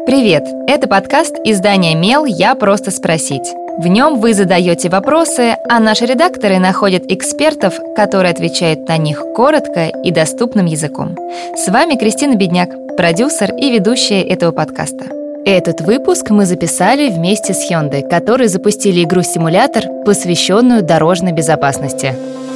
Привет! Это подкаст издания «Мел. Я просто спросить». В нем вы задаете вопросы, а наши редакторы находят экспертов, которые отвечают на них коротко и доступным языком. С вами Кристина Бедняк, продюсер и ведущая этого подкаста. Этот выпуск мы записали вместе с Hyundai, которые запустили игру-симулятор, посвященную дорожной безопасности.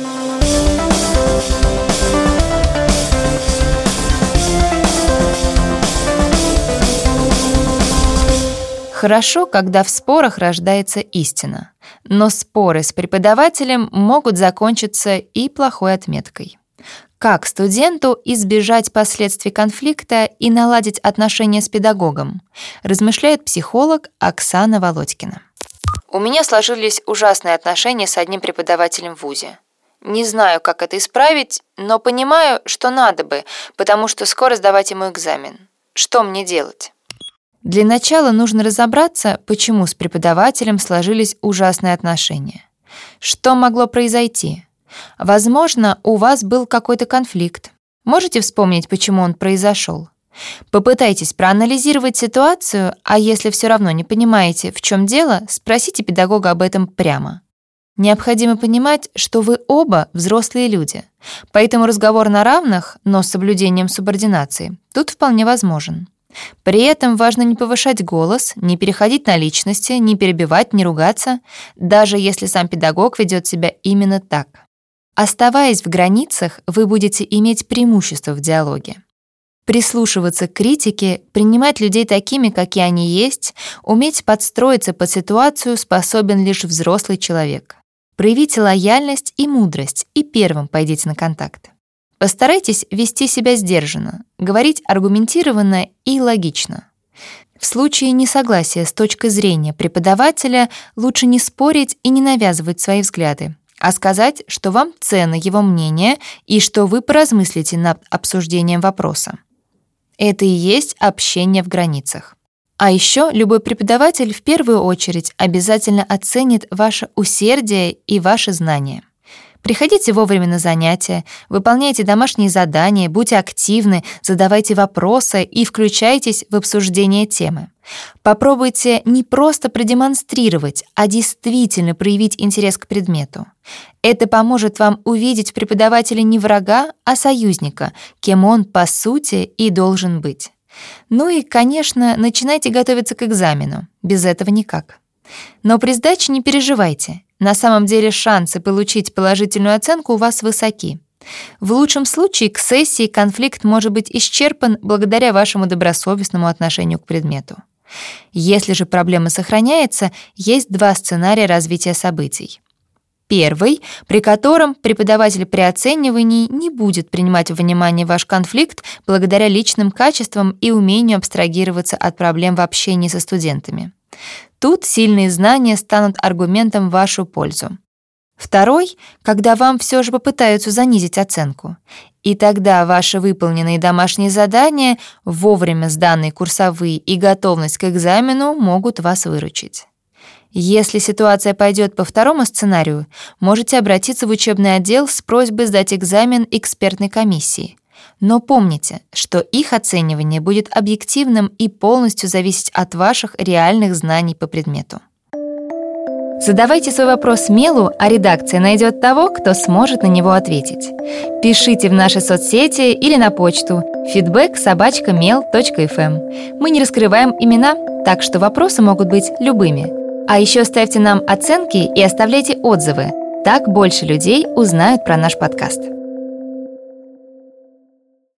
Хорошо, когда в спорах рождается истина, но споры с преподавателем могут закончиться и плохой отметкой. Как студенту избежать последствий конфликта и наладить отношения с педагогом, размышляет психолог Оксана Володькина. У меня сложились ужасные отношения с одним преподавателем в вузе. Не знаю, как это исправить, но понимаю, что надо бы, потому что скоро сдавать ему экзамен. Что мне делать? Для начала нужно разобраться, почему с преподавателем сложились ужасные отношения. Что могло произойти? Возможно, у вас был какой-то конфликт. Можете вспомнить, почему он произошел? Попытайтесь проанализировать ситуацию, а если все равно не понимаете, в чем дело, спросите педагога об этом прямо. Необходимо понимать, что вы оба взрослые люди, поэтому разговор на равных, но с соблюдением субординации, тут вполне возможен. При этом важно не повышать голос, не переходить на личности, не перебивать, не ругаться, даже если сам педагог ведет себя именно так. Оставаясь в границах, вы будете иметь преимущество в диалоге. Прислушиваться к критике, принимать людей такими, какие они есть, уметь подстроиться под ситуацию способен лишь взрослый человек. Проявите лояльность и мудрость и первым пойдите на контакт. Постарайтесь вести себя сдержанно, говорить аргументированно и логично. В случае несогласия с точкой зрения преподавателя лучше не спорить и не навязывать свои взгляды, а сказать, что вам ценно его мнение и что вы поразмыслите над обсуждением вопроса. Это и есть общение в границах. А еще любой преподаватель в первую очередь обязательно оценит ваше усердие и ваши знания. Приходите вовремя на занятия, выполняйте домашние задания, будьте активны, задавайте вопросы и включайтесь в обсуждение темы. Попробуйте не просто продемонстрировать, а действительно проявить интерес к предмету. Это поможет вам увидеть в преподавателе не врага, а союзника, кем он по сути и должен быть. Ну и, конечно, начинайте готовиться к экзамену. Без этого никак. Но при сдаче не переживайте. На самом деле шансы получить положительную оценку у вас высоки. В лучшем случае к сессии конфликт может быть исчерпан благодаря вашему добросовестному отношению к предмету. Если же проблема сохраняется, есть два сценария развития событий. Первый, при котором преподаватель при оценивании не будет принимать во внимание ваш конфликт благодаря личным качествам и умению абстрагироваться от проблем в общении со студентами. Тут сильные знания станут аргументом в вашу пользу. Второй, когда вам все же попытаются занизить оценку. И тогда ваши выполненные домашние задания, вовремя сданные курсовые и готовность к экзамену могут вас выручить. Если ситуация пойдет по второму сценарию, можете обратиться в учебный отдел с просьбой сдать экзамен экспертной комиссии. Но помните, что их оценивание будет объективным и полностью зависеть от ваших реальных знаний по предмету. Задавайте свой вопрос Мелу, а редакция найдет того, кто сможет на него ответить. Пишите в наши соцсети или на почту feedback@mel.fm. Мы не раскрываем имена, так что вопросы могут быть любыми. А еще ставьте нам оценки и оставляйте отзывы. Так больше людей узнают про наш подкаст.